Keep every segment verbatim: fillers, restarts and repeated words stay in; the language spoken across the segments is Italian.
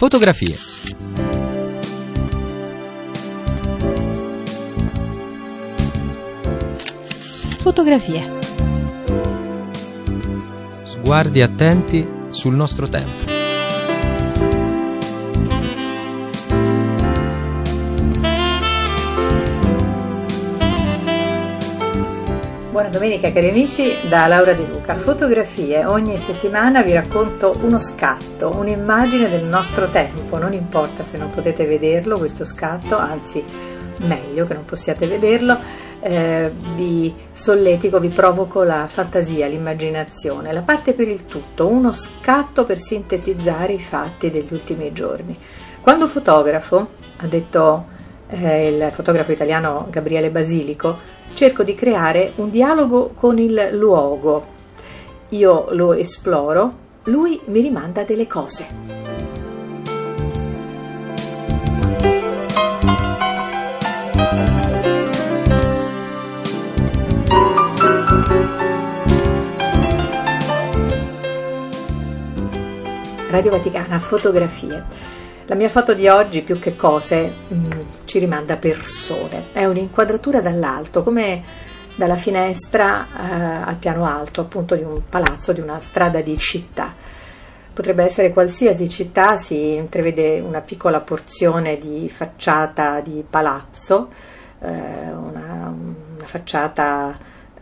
Fotografie. Fotografie. Sguardi attenti sul nostro tempo. Buona domenica cari amici, da Laura De Luca. Fotografie. Ogni settimana vi racconto uno scatto, un'immagine del nostro tempo. Non importa se non potete vederlo questo scatto, anzi meglio che non possiate vederlo. Eh, vi solletico, vi provoco la fantasia, l'immaginazione. La parte per il tutto, uno scatto per sintetizzare i fatti degli ultimi giorni. Quando fotografo, ha detto eh, il fotografo italiano Gabriele Basilico, cerco di creare un dialogo con il luogo. Io lo esploro, lui mi rimanda delle cose. Radio Vaticana, fotografie. La mia foto di oggi, più che cose, mh, ci rimanda persone. È un'inquadratura dall'alto, come dalla finestra eh, al piano alto, appunto, di un palazzo, di una strada di città. Potrebbe essere qualsiasi città, si intravede una piccola porzione di facciata di palazzo, eh, una, una facciata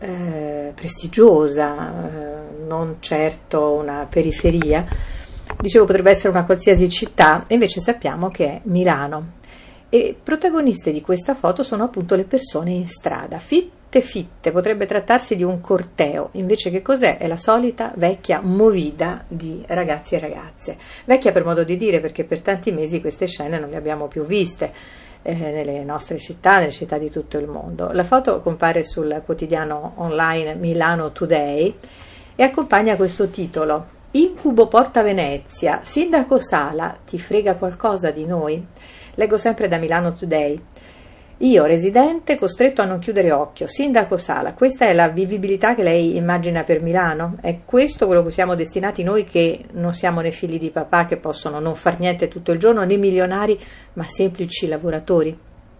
eh, prestigiosa, eh, non certo una periferia. Dicevo, potrebbe essere una qualsiasi città, e invece sappiamo che è Milano. E protagoniste di questa foto sono appunto le persone in strada, fitte fitte, potrebbe trattarsi di un corteo, invece che cos'è? È la solita vecchia movida di ragazzi e ragazze. Vecchia per modo di dire, perché per tanti mesi queste scene non le abbiamo più viste eh, nelle nostre città, nelle città di tutto il mondo. La foto compare sul quotidiano online Milano Today e accompagna questo titolo: Incubo Porta Venezia, Sindaco Sala, ti frega qualcosa di noi? Leggo sempre da Milano Today. Io, residente, costretto a non chiudere occhio. Sindaco Sala, questa è la vivibilità che lei immagina per Milano? È questo quello che siamo destinati noi, che non siamo né figli di papà che possono non far niente tutto il giorno, né milionari, ma semplici lavoratori?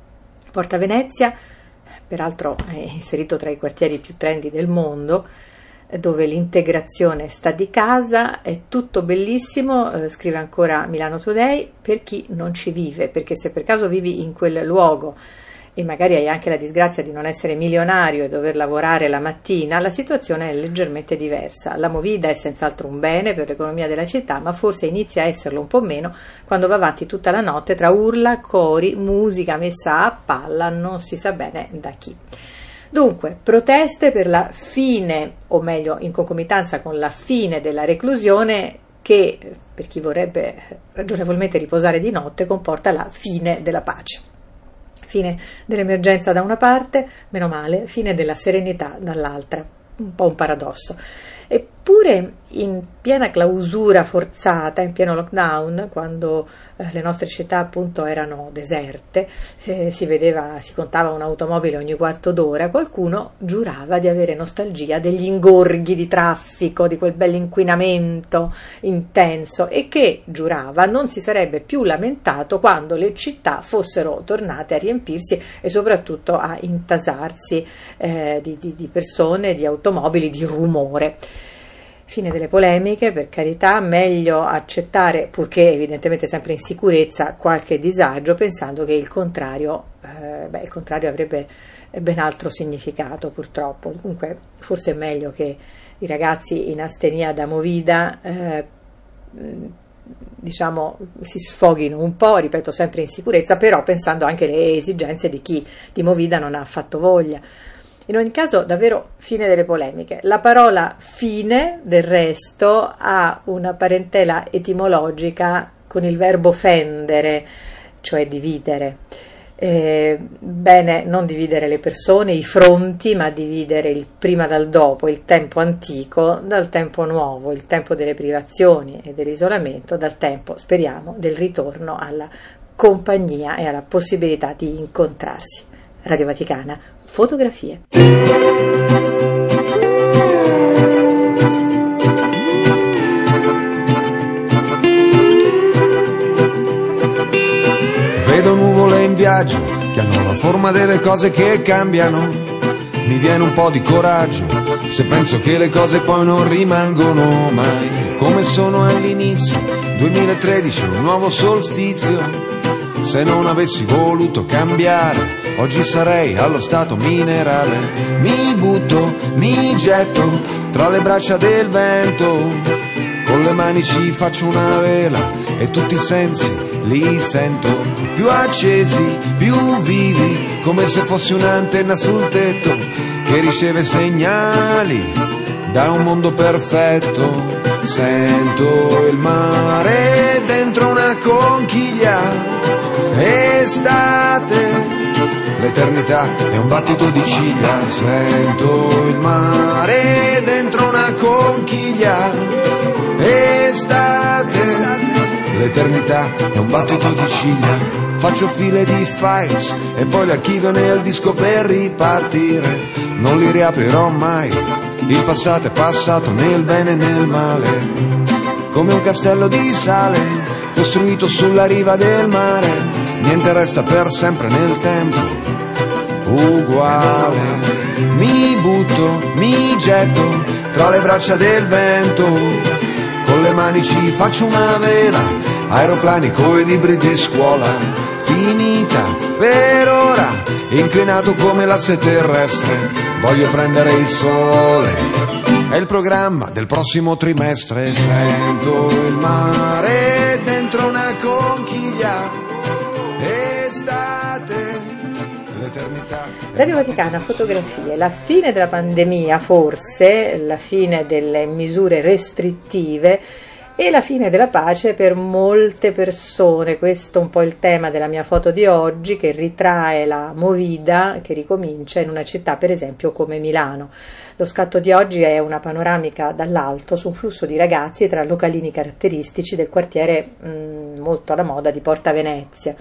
Porta Venezia, peraltro è inserito tra i quartieri più trendy del mondo, dove l'integrazione sta di casa, è tutto bellissimo, eh, scrive ancora Milano Today, per chi non ci vive, perché se per caso vivi in quel luogo e magari hai anche la disgrazia di non essere milionario e dover lavorare la mattina, la situazione è leggermente diversa. La movida è senz'altro un bene per l'economia della città, ma forse inizia a esserlo un po' meno quando va avanti tutta la notte tra urla, cori, musica messa a palla, non si sa bene da chi. Dunque, proteste per la fine, o meglio in concomitanza con la fine della reclusione, che per chi vorrebbe ragionevolmente riposare di notte comporta la fine della pace. Fine dell'emergenza da una parte, meno male, fine della serenità dall'altra. Un po' un paradosso. Eppure in piena clausura forzata, in pieno lockdown, quando eh, le nostre città appunto erano deserte, se, si vedeva, si contava un'automobile ogni quarto d'ora, qualcuno giurava di avere nostalgia degli ingorghi di traffico, di quel bell'inquinamento intenso, e che, giurava, non si sarebbe più lamentato quando le città fossero tornate a riempirsi e soprattutto a intasarsi eh, di, di, di persone, di automobili, di rumore. Fine delle polemiche, per carità, meglio accettare, purché evidentemente sempre in sicurezza, qualche disagio, pensando che il contrario, eh, beh, il contrario avrebbe ben altro significato, purtroppo. Comunque forse è meglio che i ragazzi in astenia da movida eh, diciamo si sfoghino un po', ripeto, sempre in sicurezza, però pensando anche alle esigenze di chi di movida non ha affatto voglia. In ogni caso, davvero, fine delle polemiche. La parola fine, del resto, ha una parentela etimologica con il verbo fendere, cioè dividere. Eh, bene, non dividere le persone, i fronti, ma dividere il prima dal dopo, il tempo antico dal tempo nuovo, il tempo delle privazioni e dell'isolamento dal tempo, speriamo, del ritorno alla compagnia e alla possibilità di incontrarsi. Radio Vaticana, fotografie. Vedo nuvole in viaggio che hanno la forma delle cose che cambiano. Mi viene un po' di coraggio se penso che le cose poi non rimangono mai come sono all'inizio. duemilatredici, un nuovo solstizio. Se non avessi voluto cambiare, oggi sarei allo stato minerale. Mi butto, mi getto tra le braccia del vento. Con le mani ci faccio una vela e tutti i sensi li sento più accesi, più vivi, come se fossi un'antenna sul tetto che riceve segnali da un mondo perfetto. Sento il mare dentro una conchiglia, estate, l'eternità è un battito di ciglia. Sento il mare dentro una conchiglia, estate, l'eternità è un battito di ciglia. Faccio file di files e poi le archivio nel disco per ripartire. Non li riaprirò mai, il passato è passato nel bene e nel male. Come un castello di sale costruito sulla riva del mare. Niente resta per sempre nel tempo, uguale. Mi butto, mi getto tra le braccia del vento. Con le mani ci faccio una vela, aeroplani coi libri di scuola. Finita per ora, inclinato come l'asse terrestre. Voglio prendere il sole, è il programma del prossimo trimestre. Sento il mare dentro una conchiglia, estate, l'eternità. Radio Vaticana, fotografie. La fine della pandemia, forse, la fine delle misure restrittive e la fine della pace per molte persone. Questo è un po' il tema della mia foto di oggi, che ritrae la movida che ricomincia in una città, per esempio, come Milano. Lo scatto di oggi è una panoramica dall'alto su un flusso di ragazzi tra localini caratteristici del quartiere mh, molto alla moda di Porta Venezia.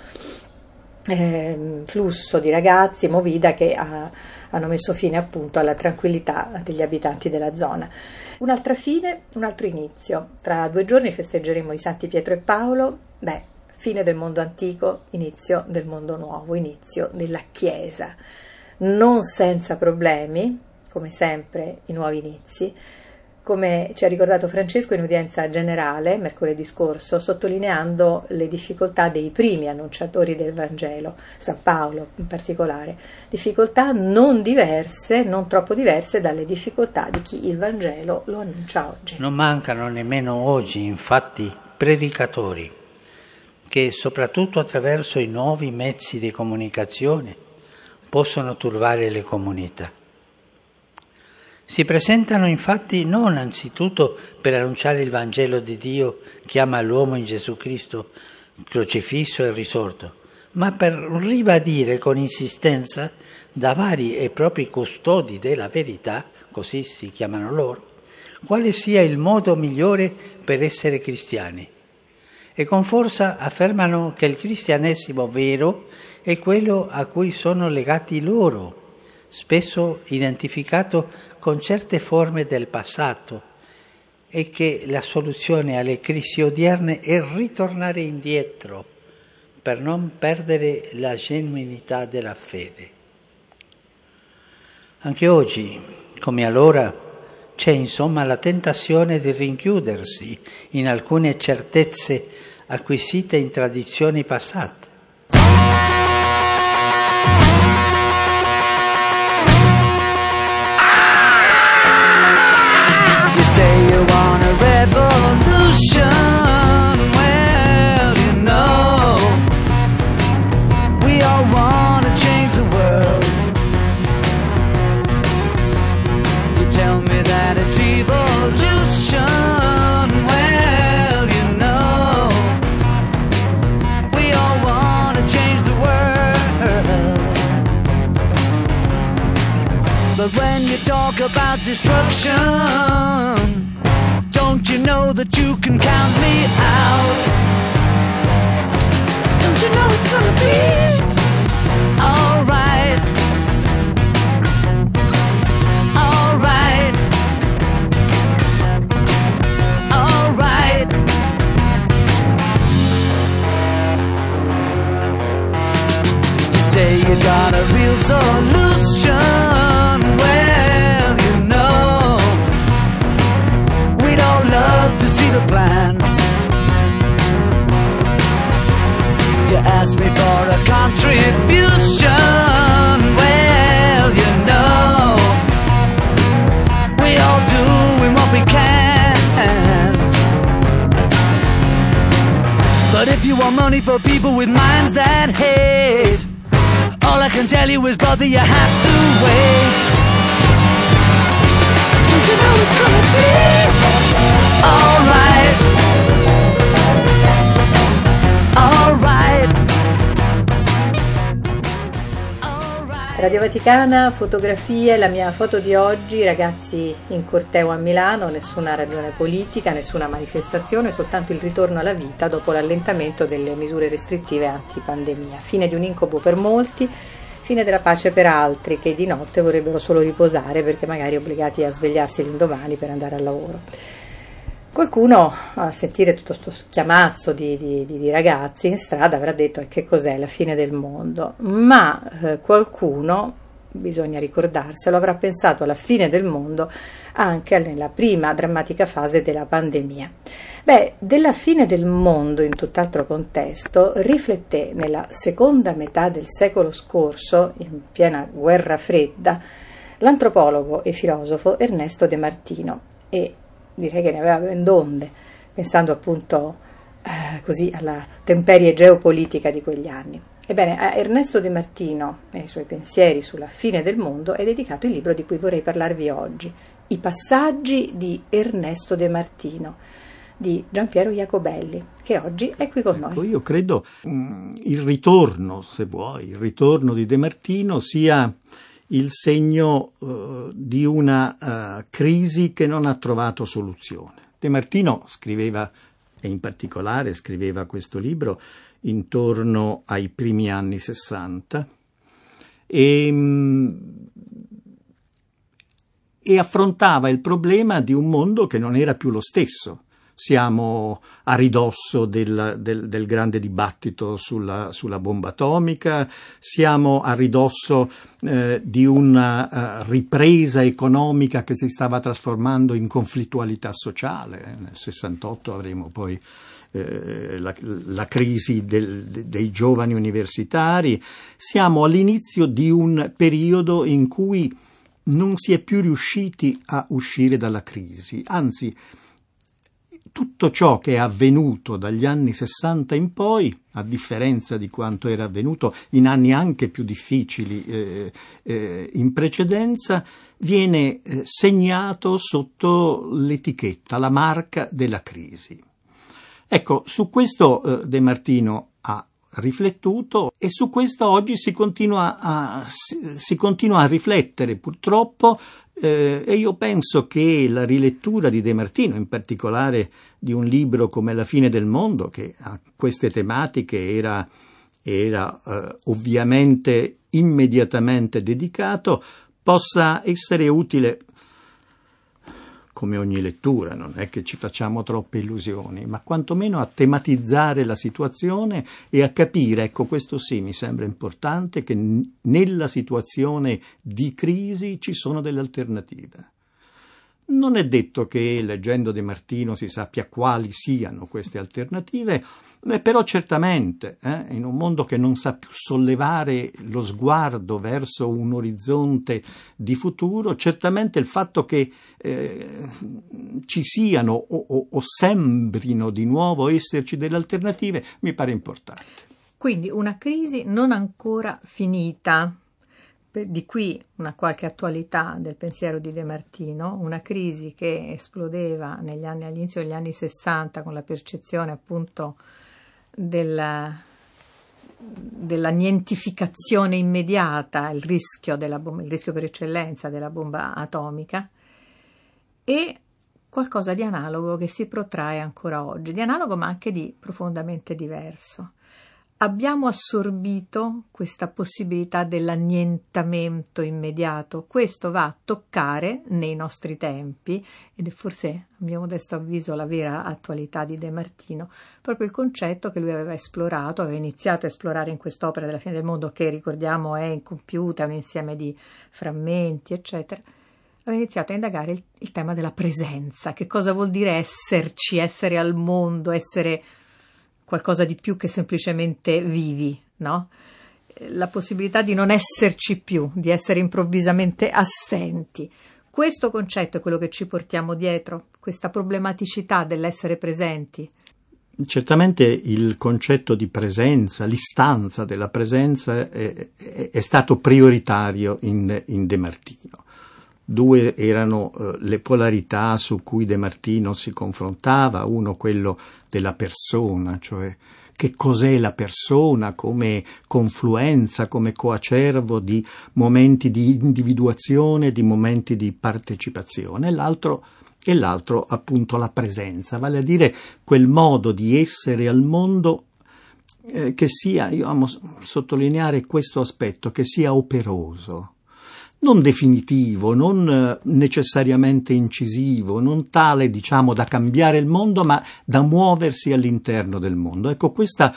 Eh, flusso di ragazzi, movida che ha, hanno messo fine appunto alla tranquillità degli abitanti della zona. Un'altra fine, un altro inizio. Tra due giorni festeggeremo i Santi Pietro e Paolo. Beh, fine del mondo antico, inizio del mondo nuovo, inizio della Chiesa. Non senza problemi, come sempre i nuovi inizi, come ci ha ricordato Francesco in udienza generale mercoledì scorso, sottolineando le difficoltà dei primi annunciatori del Vangelo, San Paolo in particolare, difficoltà non diverse, non troppo diverse dalle difficoltà di chi il Vangelo lo annuncia oggi. Non mancano nemmeno oggi, infatti, predicatori che, soprattutto attraverso i nuovi mezzi di comunicazione, possono turbare le comunità. Si presentano infatti non anzitutto per annunciare il Vangelo di Dio che ama l'uomo in Gesù Cristo, crocifisso e risorto, ma per ribadire con insistenza da vari e propri custodi della verità, così si chiamano loro, quale sia il modo migliore per essere cristiani. E con forza affermano che il cristianesimo vero è quello a cui sono legati loro, spesso identificato con certe forme del passato, e che la soluzione alle crisi odierne è ritornare indietro per non perdere la genuinità della fede. Anche oggi, come allora, c'è insomma la tentazione di rinchiudersi in alcune certezze acquisite in tradizioni passate. Say you want a revolution, well, you know, we all want to change the world. You tell me that it's evolution, well, you know, we all want to change the world. But when you talk about destruction, don't you know that you can count me out? Don't you know it's gonna be alright? Alright. Alright. you got a real solution. Well, you know, we'd all love to see the plan. You asked me for a contribution. Well, you know, we all doing what we can. But if you want money for people with minds that hate, all I can tell you is, brother, you have to wait. Don't you know it's gonna be alright? Alright. Radio Vaticana, fotografie, la mia foto di oggi, ragazzi in corteo a Milano, nessuna ragione politica, nessuna manifestazione, soltanto il ritorno alla vita dopo l'allentamento delle misure restrittive antipandemia. Fine di un incubo per molti, fine della pace per altri che di notte vorrebbero solo riposare perché magari obbligati a svegliarsi l'indomani per andare al lavoro. Qualcuno a sentire tutto questo chiamazzo di, di, di ragazzi in strada avrà detto: che cos'è la fine del mondo? Ma eh, qualcuno, bisogna ricordarselo, avrà pensato alla fine del mondo anche nella prima drammatica fase della pandemia. Beh, della fine del mondo in tutt'altro contesto rifletté nella seconda metà del secolo scorso, in piena guerra fredda, l'antropologo e filosofo Ernesto De Martino, e direi che ne aveva ben donde, pensando appunto eh, così alla temperie geopolitica di quegli anni. Ebbene, a Ernesto De Martino e ai suoi pensieri sulla fine del mondo è dedicato il libro di cui vorrei parlarvi oggi, I passaggi di Ernesto De Martino, di Giampiero Jacobelli, che oggi è qui con ecco, noi. Io credo mh, il ritorno, se vuoi, il ritorno di De Martino sia il segno uh, di una uh, crisi che non ha trovato soluzione. De Martino scriveva, e in particolare scriveva questo libro intorno ai primi anni sessanta, e, mh, e affrontava il problema di un mondo che non era più lo stesso. Siamo a ridosso del, del, del grande dibattito sulla, sulla bomba atomica, siamo a ridosso eh, di una uh, ripresa economica che si stava trasformando in conflittualità sociale. Nel sessantotto avremo poi eh, la, la crisi del, de, dei giovani universitari. Siamo all'inizio di un periodo in cui non si è più riusciti a uscire dalla crisi, anzi tutto ciò che è avvenuto dagli anni sessanta in poi, a differenza di quanto era avvenuto in anni anche più difficili eh, eh, in precedenza, viene eh, segnato sotto l'etichetta, la marca della crisi. Ecco, su questo eh, De Martino ha riflettuto e su questo oggi si continua a, si, si continua a riflettere, purtroppo. Eh, e io penso che la rilettura di De Martino, in particolare di un libro come La fine del mondo, che a queste tematiche era, era eh, ovviamente immediatamente dedicato, possa essere utile, come ogni lettura, non è che ci facciamo troppe illusioni, ma quantomeno a tematizzare la situazione e a capire, ecco, questo sì mi sembra importante, che n- nella situazione di crisi ci sono delle alternative. Non è detto che leggendo De Martino si sappia quali siano queste alternative, eh, però certamente eh, in un mondo che non sa più sollevare lo sguardo verso un orizzonte di futuro, certamente il fatto che eh, ci siano o, o, o sembrino di nuovo esserci delle alternative mi pare importante. Quindi una crisi non ancora finita. Di qui una qualche attualità del pensiero di De Martino, una crisi che esplodeva negli anni, all'inizio degli anni sessanta con la percezione appunto della, della nientificazione immediata, il rischio, della bomba, il rischio per eccellenza della bomba atomica, e qualcosa di analogo che si protrae ancora oggi, di analogo ma anche di profondamente diverso. abbiamo assorbito questa possibilità dell'annientamento immediato. Questo va a toccare nei nostri tempi, ed è forse, a mio modesto avviso, la vera attualità di De Martino, proprio il concetto che lui aveva esplorato, aveva iniziato a esplorare in quest'opera della fine del mondo, che ricordiamo è incompiuta, un insieme di frammenti, eccetera. Aveva iniziato a indagare il, il tema della presenza. Che cosa vuol dire esserci, essere al mondo, essere qualcosa di più che semplicemente vivi, no? La possibilità di non esserci più, di essere improvvisamente assenti. Questo concetto è quello che ci portiamo dietro, questa problematicità dell'essere presenti. Certamente il concetto di presenza, l'istanza della presenza è, è, è stato prioritario in, in De Martino. Due erano eh, le polarità su cui De Martino si confrontava, uno quello della persona, cioè che cos'è la persona come confluenza, come coacervo di momenti di individuazione, di momenti di partecipazione, e l'altro, e l'altro appunto la presenza, vale a dire quel modo di essere al mondo eh, che sia, io amo sottolineare questo aspetto, che sia operoso. Non definitivo, non necessariamente incisivo, non tale, diciamo, da cambiare il mondo, ma da muoversi all'interno del mondo. Ecco, questa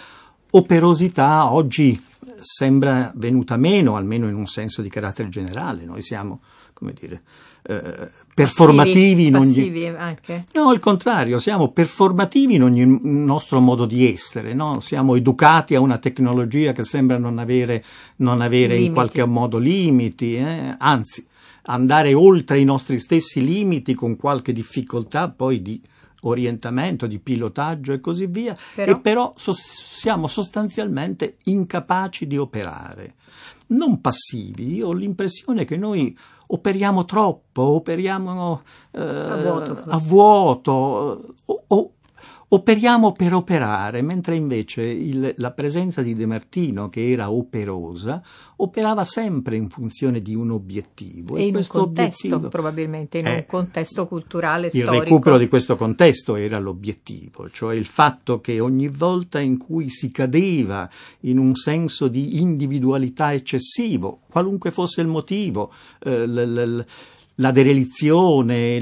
operosità oggi sembra venuta meno, almeno in un senso di carattere generale. Noi siamo, come dire, eh, performativi in ogni... Passivi anche? No, il contrario, siamo performativi in ogni nostro modo di essere, no? Siamo educati a una tecnologia che sembra non avere, non avere in qualche modo limiti, eh? Anzi, andare oltre i nostri stessi limiti con qualche difficoltà poi di orientamento, di pilotaggio e così via, però... e però so- siamo sostanzialmente incapaci di operare. Non passivi, io ho l'impressione che noi operiamo troppo, operiamo eh, a vuoto, a vuoto o, o, operiamo per operare, mentre invece il, la presenza di De Martino, che era operosa, operava sempre in funzione di un obiettivo. E, e in questo un contesto, obiettivo, probabilmente, in eh, un contesto culturale, il storico. Il recupero di questo contesto era l'obiettivo, cioè il fatto che ogni volta in cui si cadeva in un senso di individualità eccessivo, qualunque fosse il motivo, eh, l, l, la derelizione,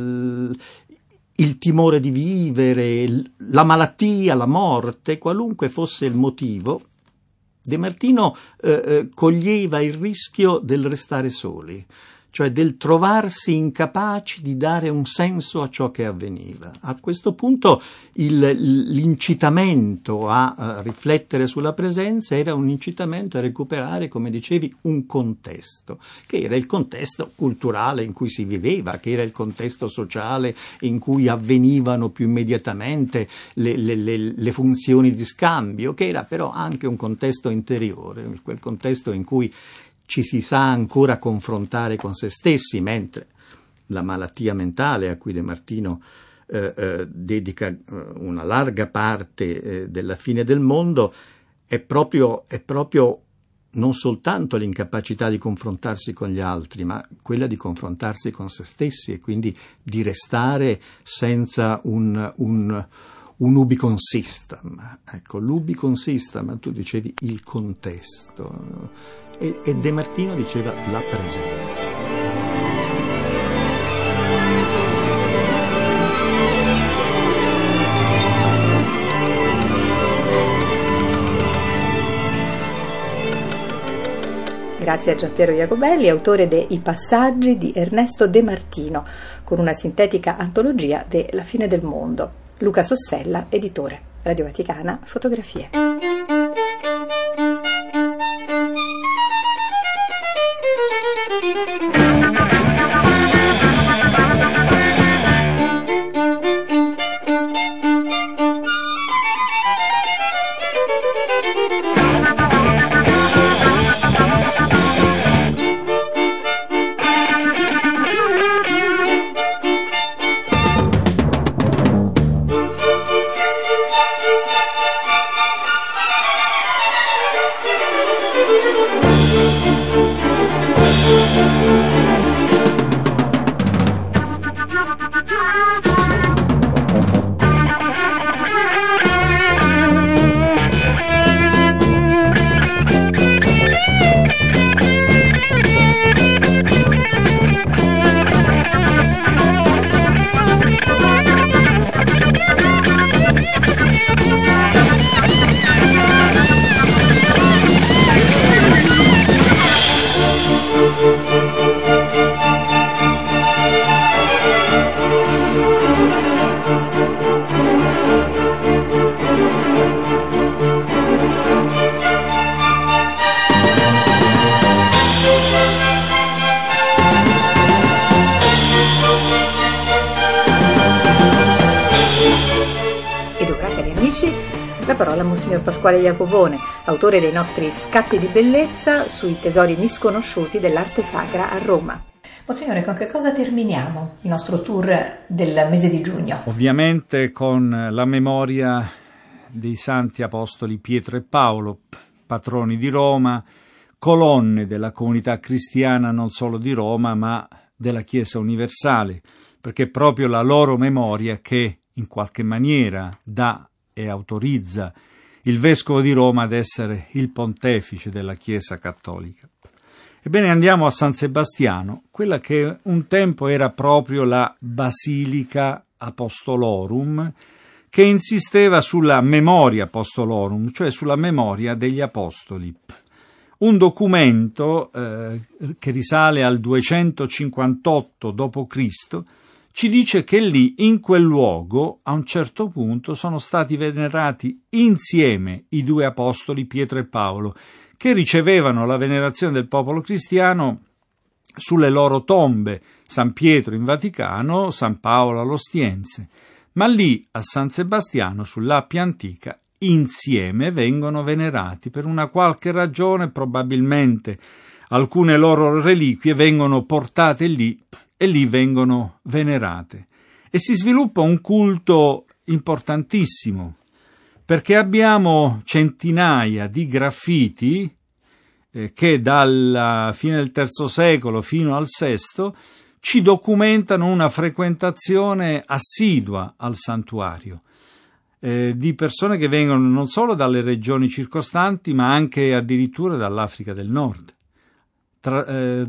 l, il timore di vivere, la malattia, la morte, qualunque fosse il motivo, De Martino eh, coglieva il rischio del restare soli, cioè del trovarsi incapaci di dare un senso a ciò che avveniva. A questo punto il, l'incitamento a, a riflettere sulla presenza era un incitamento a recuperare, come dicevi, un contesto, che era il contesto culturale in cui si viveva, che era il contesto sociale in cui avvenivano più immediatamente le, le, le, le funzioni di scambio, che era però anche un contesto interiore, quel contesto in cui ci si sa ancora confrontare con se stessi, mentre la malattia mentale a cui De Martino eh, eh, dedica eh, una larga parte eh, della fine del mondo è proprio, è proprio non soltanto l'incapacità di confrontarsi con gli altri, ma quella di confrontarsi con se stessi e quindi di restare senza un, un, un ubicon system. Ecco, l'ubicon system, tu dicevi il contesto, e, e De Martino diceva la presenza. Grazie a Giampiero Jacobelli, autore de I passaggi di Ernesto De Martino, con una sintetica antologia de La fine del mondo. Luca Sossella, editore. Radio Vaticana, Fotografie. parola a Monsignor Pasquale Jacopone, autore dei nostri Scatti di bellezza sui tesori misconosciuti dell'arte sacra a Roma. Monsignore, con che cosa terminiamo il nostro tour del mese di giugno? Ovviamente con la memoria dei santi apostoli Pietro e Paolo, patroni di Roma, colonne della comunità cristiana non solo di Roma, ma della Chiesa universale, perché è proprio la loro memoria che in qualche maniera dà e autorizza il vescovo di Roma ad essere il pontefice della Chiesa cattolica. Ebbene, andiamo a San Sebastiano, quella che un tempo era proprio la Basilica Apostolorum, che insisteva sulla memoria apostolorum, cioè sulla memoria degli apostoli. Un documento eh, che risale al duecentocinquantotto dopo Cristo ci dice che lì, in quel luogo, a un certo punto sono stati venerati insieme i due apostoli Pietro e Paolo, che ricevevano la venerazione del popolo cristiano sulle loro tombe, San Pietro in Vaticano, San Paolo all'Ostiense. Ma lì, a San Sebastiano, sull'Appia Antica, insieme vengono venerati. Per una qualche ragione, probabilmente alcune loro reliquie vengono portate lì e lì vengono venerate. E si sviluppa un culto importantissimo, perché abbiamo centinaia di graffiti eh, che dalla fine del terzo secolo fino al sesto ci documentano una frequentazione assidua al santuario, eh, di persone che vengono non solo dalle regioni circostanti, ma anche addirittura dall'Africa del Nord. Tra, eh,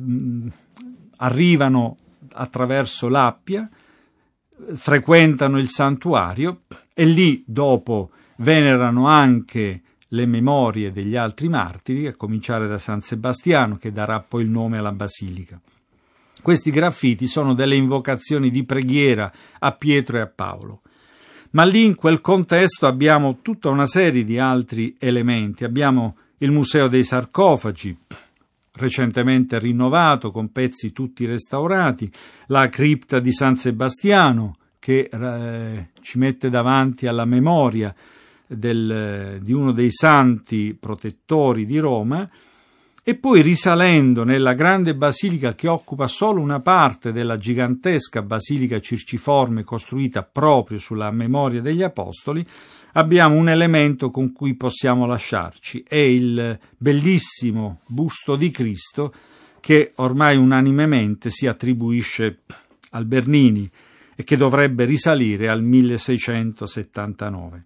arrivano attraverso l'Appia, frequentano il santuario e lì dopo venerano anche le memorie degli altri martiri, a cominciare da San Sebastiano, che darà poi il nome alla basilica. Questi graffiti sono delle invocazioni di preghiera a Pietro e a Paolo. Ma lì in quel contesto abbiamo tutta una serie di altri elementi. Abbiamo il Museo dei Sarcofagi, recentemente rinnovato, con pezzi tutti restaurati, la cripta di San Sebastiano, che eh, ci mette davanti alla memoria del, di uno dei santi protettori di Roma, e poi risalendo nella grande basilica che occupa solo una parte della gigantesca basilica circiforme costruita proprio sulla memoria degli apostoli, abbiamo un elemento con cui possiamo lasciarci, è il bellissimo busto di Cristo che ormai unanimemente si attribuisce al Bernini e che dovrebbe risalire al milleseicentosettantanove.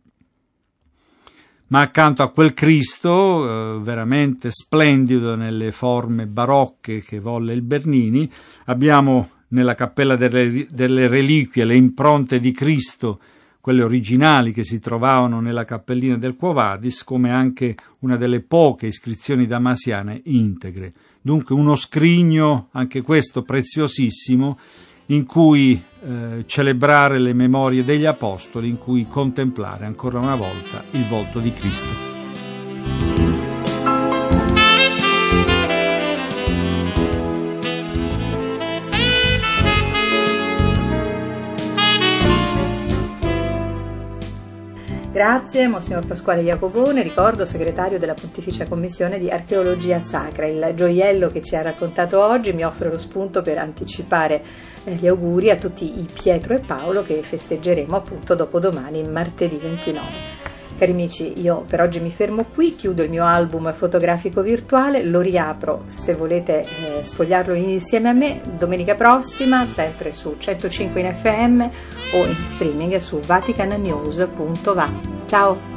Ma accanto a quel Cristo, eh, veramente splendido nelle forme barocche che volle il Bernini, abbiamo nella Cappella delle, delle Reliquie le impronte di Cristo, quelle originali che si trovavano nella cappellina del Quo Vadis, come anche una delle poche iscrizioni damasiane integre. Dunque uno scrigno, anche questo preziosissimo, in cui eh, celebrare le memorie degli apostoli, in cui contemplare ancora una volta il volto di Cristo. Grazie, Monsignor Pasquale Jacopone, ricordo segretario della Pontificia Commissione di Archeologia Sacra. Il gioiello che ci ha raccontato oggi mi offre lo spunto per anticipare eh, gli auguri a tutti i Pietro e Paolo che festeggeremo appunto dopodomani, martedì ventinove. Cari amici, io per oggi mi fermo qui, chiudo il mio album fotografico virtuale, lo riapro se volete eh, sfogliarlo insieme a me domenica prossima, sempre su centocinque in F M o in streaming su vatican news punto va. Ciao!